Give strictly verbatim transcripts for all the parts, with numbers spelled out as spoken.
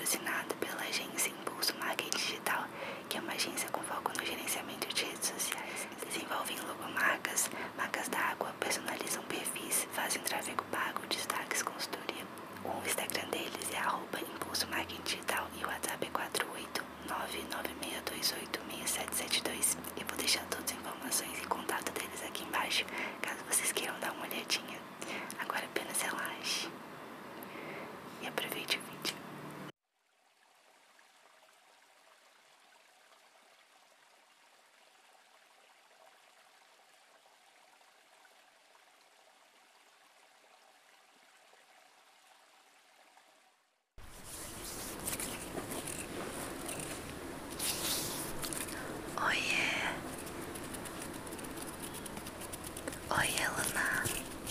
patrocinado pela agência Impulso Marketing Digital, que é uma agência com foco no gerenciamento de redes sociais. Desenvolvem logomarcas, marcas d'água, personalizam perfis, fazem tráfego pago, destaques, consultoria. O Instagram deles é arroba Impulso Marketing Digital e o WhatsApp é quatro oito nove nove seis dois oito seis sete sete dois. Eu vou deixar todas as informações e contato deles aqui embaixo, caso vocês queiram dar uma olhadinha. Agora apenas relaxe e aproveite o vídeo. Oiê! Oiê, Luna!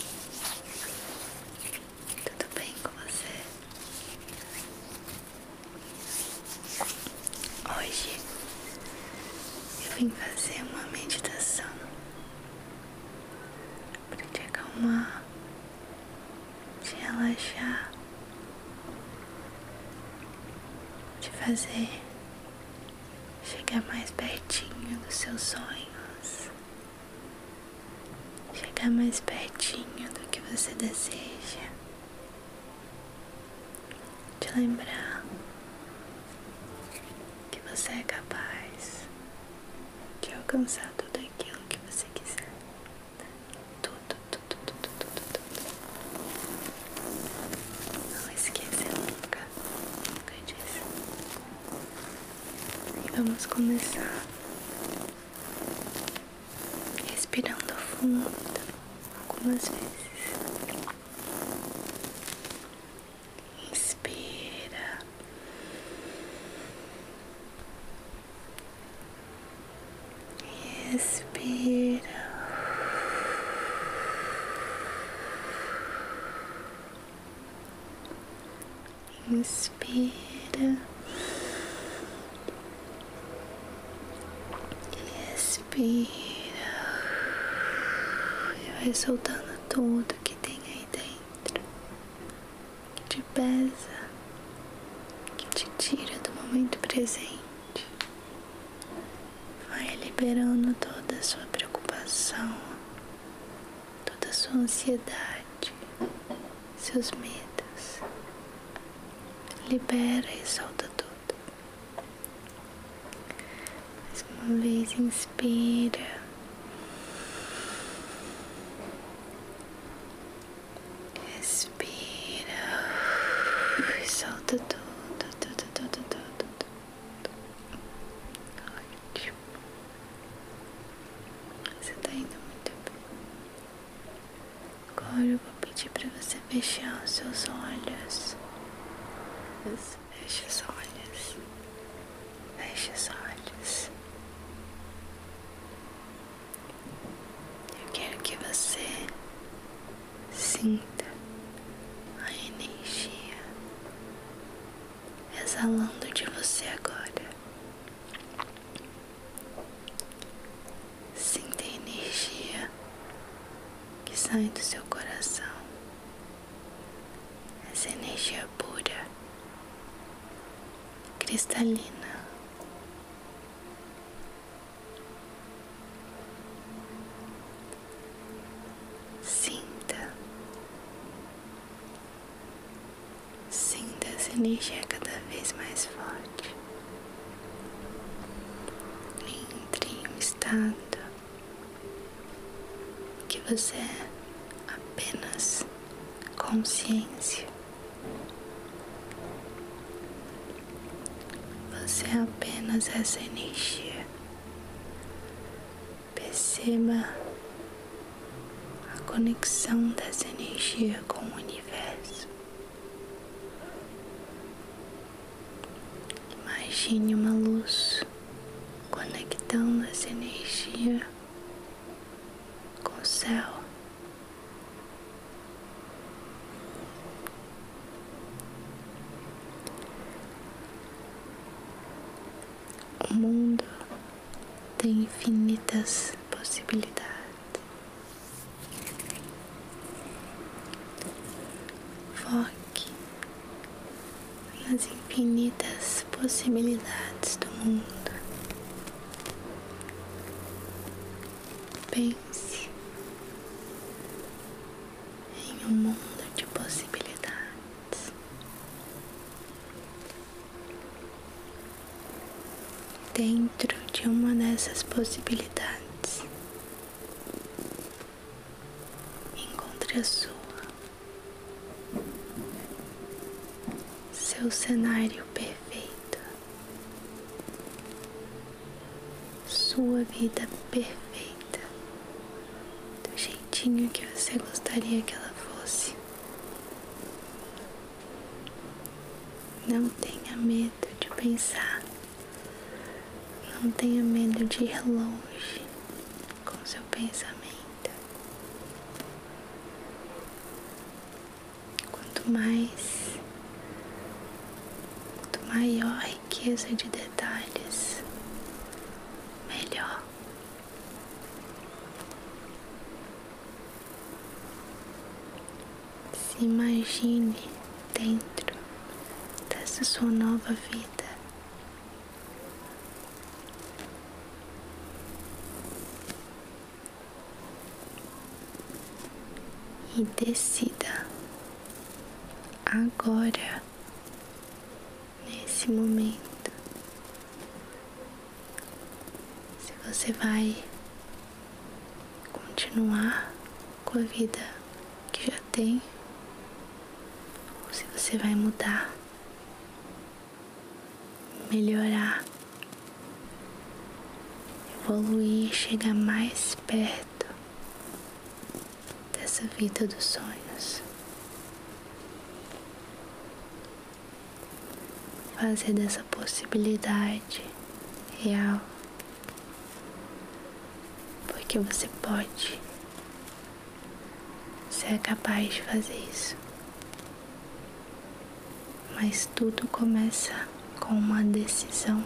Tudo bem com você? Hoje eu vim fazer uma meditação para te acalmar, te relaxar, te fazer chegar mais pertinho dos seus sonhos, chegar mais pertinho do que você deseja, te lembrar que você é capaz de alcançar tudo aquilo que você quiser. Tudo, tudo, tudo, tudo, tudo. Não esqueça nunca, nunca disso. E vamos começar respirando fundo algumas vezes. Inspira. Expira. Inspira. Expira. E vai soltando tudo que tem aí dentro, que te pesa, que te tira do momento presente. Vai liberando toda a sua preocupação, toda a sua ansiedade, seus medos. Libera e solta tudo. Mais uma vez, inspira. Expira. E solta tudo, tudo, tudo, tudo, tudo. Ótimo. Você tá indo muito bem. Agora eu vou pedir pra você fechar os seus olhos. Feche os olhos. Feche os olhos. Eu quero que você sinta a energia exalando de você agora. Sinta a energia que sai do seu coração. Essa energia pura, cristalina. Sinta. Sinta essa energia cada vez mais forte. Entre em um estado que você é apenas consciência. Você é apenas essa energia. Perceba a conexão dessa energia com o universo. Imagine uma luz conectando essa energia com o céu. O mundo tem infinitas possibilidades. Foque as infinitas possibilidades do mundo. Pense em um mundo de possibilidades. Dentro de uma dessas possibilidades, encontre a sua, seu cenário perfeito, sua vida perfeita, do jeitinho que você gostaria que ela fosse. Não tenha medo de pensar. Não tenha medo de ir longe com seu pensamento. Quanto mais, quanto maior a riqueza de detalhes, melhor. Se imagine dentro dessa sua nova vida. E decida agora, nesse momento, se você vai continuar com a vida que já tem, ou se você vai mudar, melhorar, evoluir, chegar mais perto dessa vida dos sonhos. Fazer dessa possibilidade real. Porque você pode. Você é capaz de fazer isso. Mas tudo começa com uma decisão.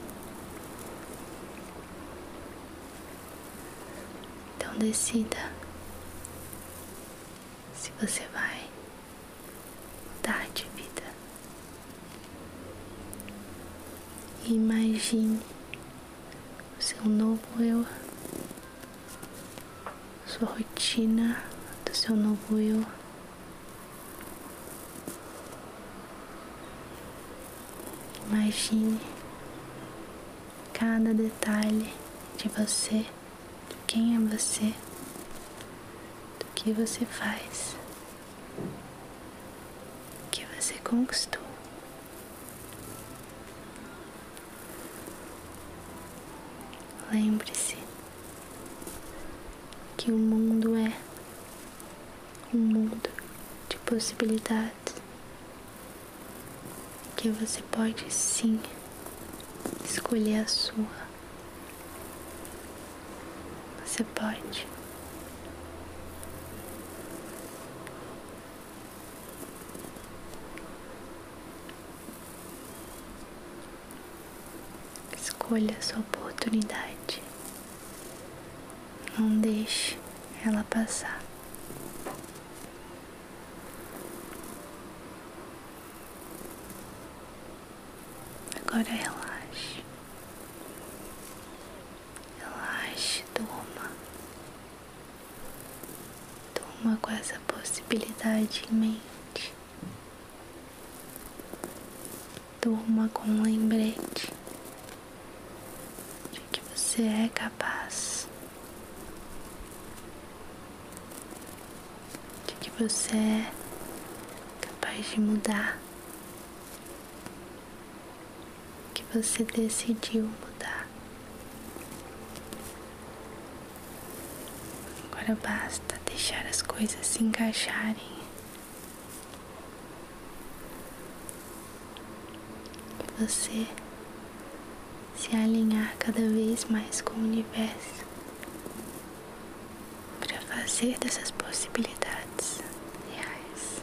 Então decida se você vai mudar de vida. Imagine o seu novo eu, sua rotina do seu novo eu. Imagine cada detalhe de você, de quem é você, do que você faz, o que você conquistou. Lembre-se que o mundo é um mundo de possibilidades, que você pode sim escolher a sua. Você pode. Escolha a sua oportunidade. Não deixe ela passar. Agora relaxe. Relaxe, durma. Durma com essa possibilidade em mente. Durma com um lembrete de que você é capaz. De que você é capaz de mudar. Você decidiu mudar. Agora basta deixar as coisas se encaixarem. E você se alinhar cada vez mais com o universo para fazer dessas possibilidades reais.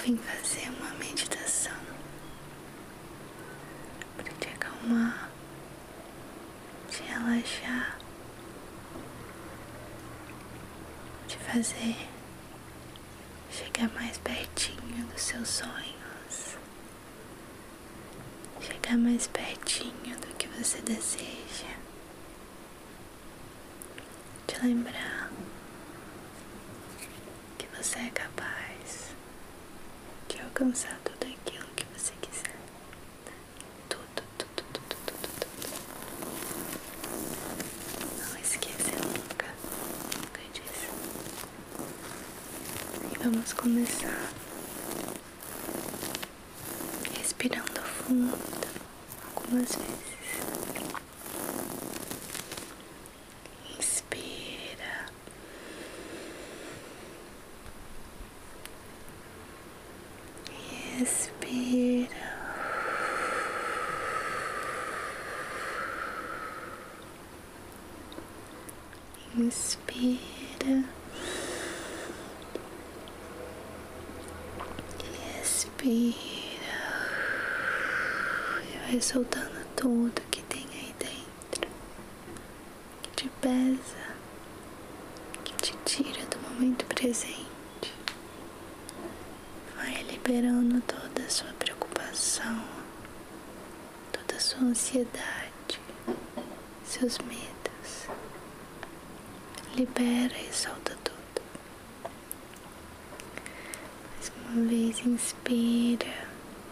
vim fazer uma meditação para te acalmar, te relaxar, te fazer chegar mais pertinho dos seus sonhos, chegar mais pertinho do que você deseja, te lembrar que você é capaz de alcançar tudo aquilo que você quiser. Tudo, tudo, tudo, tudo, tudo. Não esqueça nunca, nunca disso. E vamos começar respirando fundo algumas vezes. Inspira. Expira. Inspira. Expira. E vai soltando tudo que tem aí dentro, que te pesa, que te tira do momento presente. Vai liberando toda a sua preocupação, toda a sua ansiedade, seus medos. Libera e solta tudo. Mais uma vez, inspira.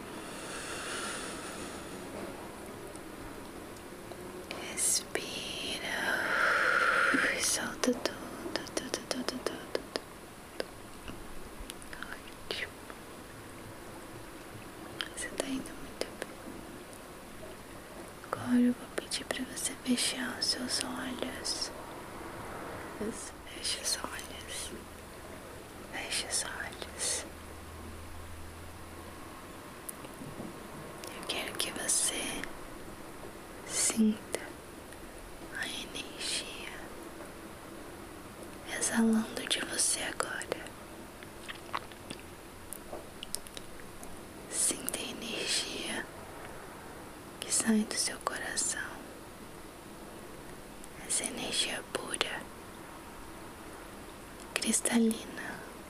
Expira. E solta tudo, tudo, tudo, tudo, tudo. Ótimo. Você tá indo muito bem. Agora eu vou pedir pra você fechar os seus olhos. Feche os olhos. Feche os olhos. Eu quero que você sinta a energia exalando de você agora. Sinta a energia que sai do seu coração. Essa energia pura, cristalina.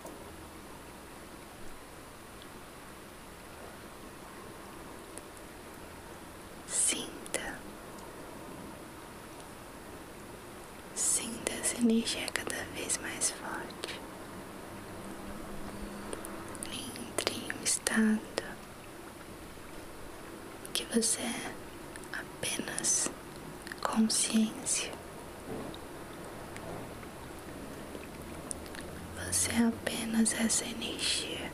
Sinta. Sinta essa energia cada vez mais forte. Entre em um estado que você é apenas consciência. Você é apenas essa energia.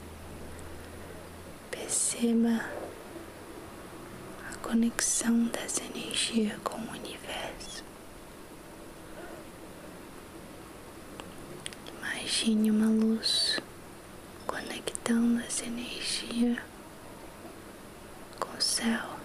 Perceba a conexão dessa energia com o universo. Imagine uma luz conectando essa energia com o céu.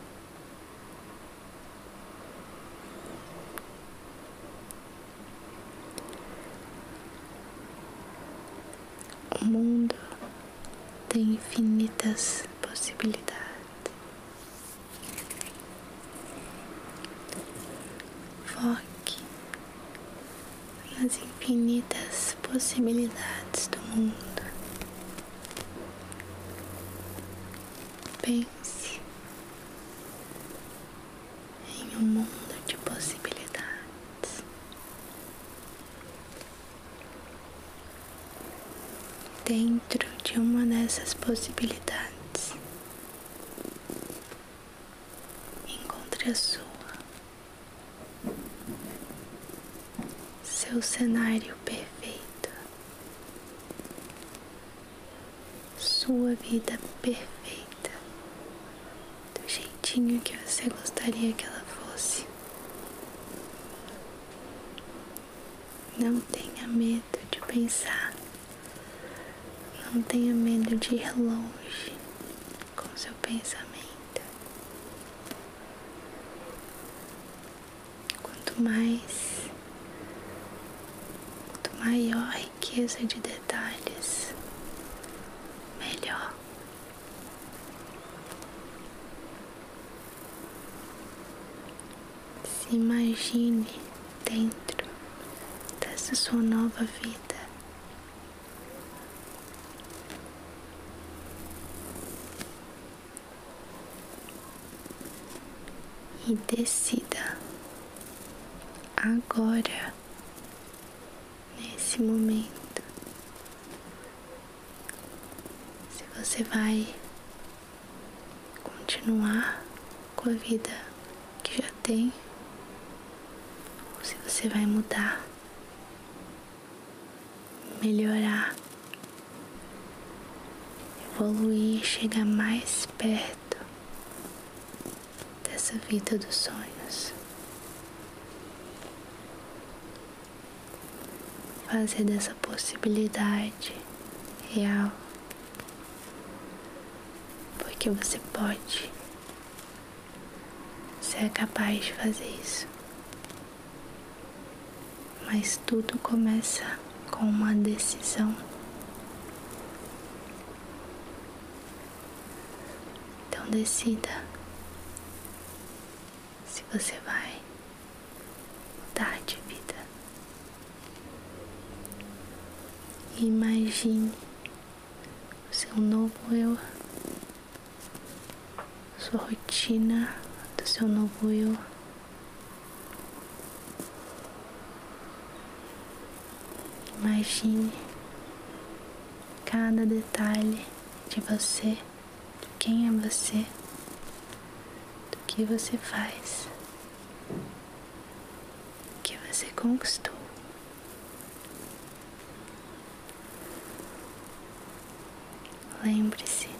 O mundo tem infinitas possibilidades. Foque nas infinitas possibilidades do mundo. Pense em um mundo de possibilidades. Dentro de uma dessas possibilidades, encontre a sua, seu cenário perfeito, sua vida perfeita, do jeitinho que você gostaria que ela fosse. Não tenha medo de pensar. Não tenha medo de ir longe com seu pensamento. Quanto mais, quanto maior a riqueza de detalhes, melhor. Se imagine dentro dessa sua nova vida. E decida agora, nesse momento, se você vai continuar com a vida que já tem, ou se você vai mudar, melhorar, evoluir, chegar mais perto dessa vida dos sonhos. Fazer dessa possibilidade real, porque você pode, você é capaz de fazer isso. Mas tudo começa com uma decisão. Então decida se você vai mudar de vida. Imagine o seu novo eu, sua rotina do seu novo eu. Imagine cada detalhe de você, de quem é você, do que você faz, do que você conquistou. Lembre-se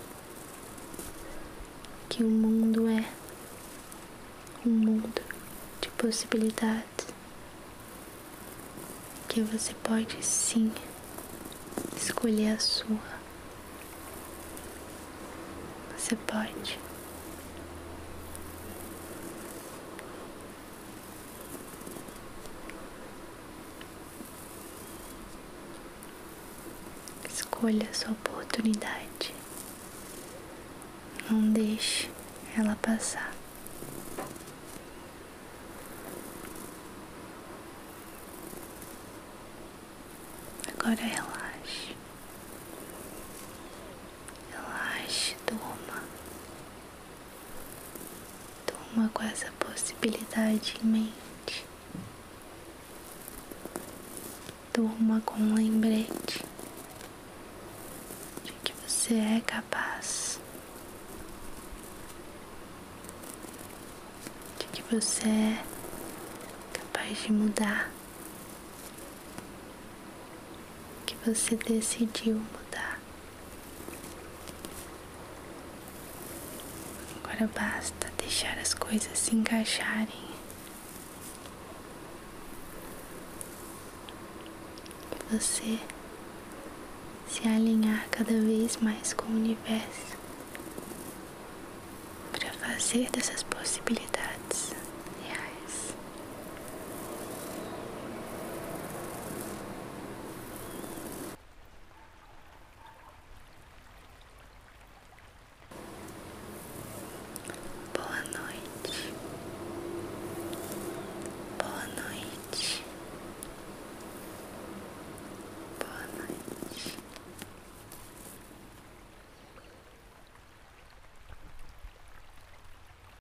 que o mundo é um mundo de possibilidades, que você pode sim escolher a sua. Você pode. Escolha a sua oportunidade. Não deixe ela passar. Agora relaxe. Relaxe, durma. Durma com essa possibilidade em mente. Durma com um lembrete de que você é capaz. De que você é capaz de mudar. Você decidiu mudar. Agora basta deixar as coisas se encaixarem. E você se alinhar cada vez mais com o universo para fazer dessas possibilidades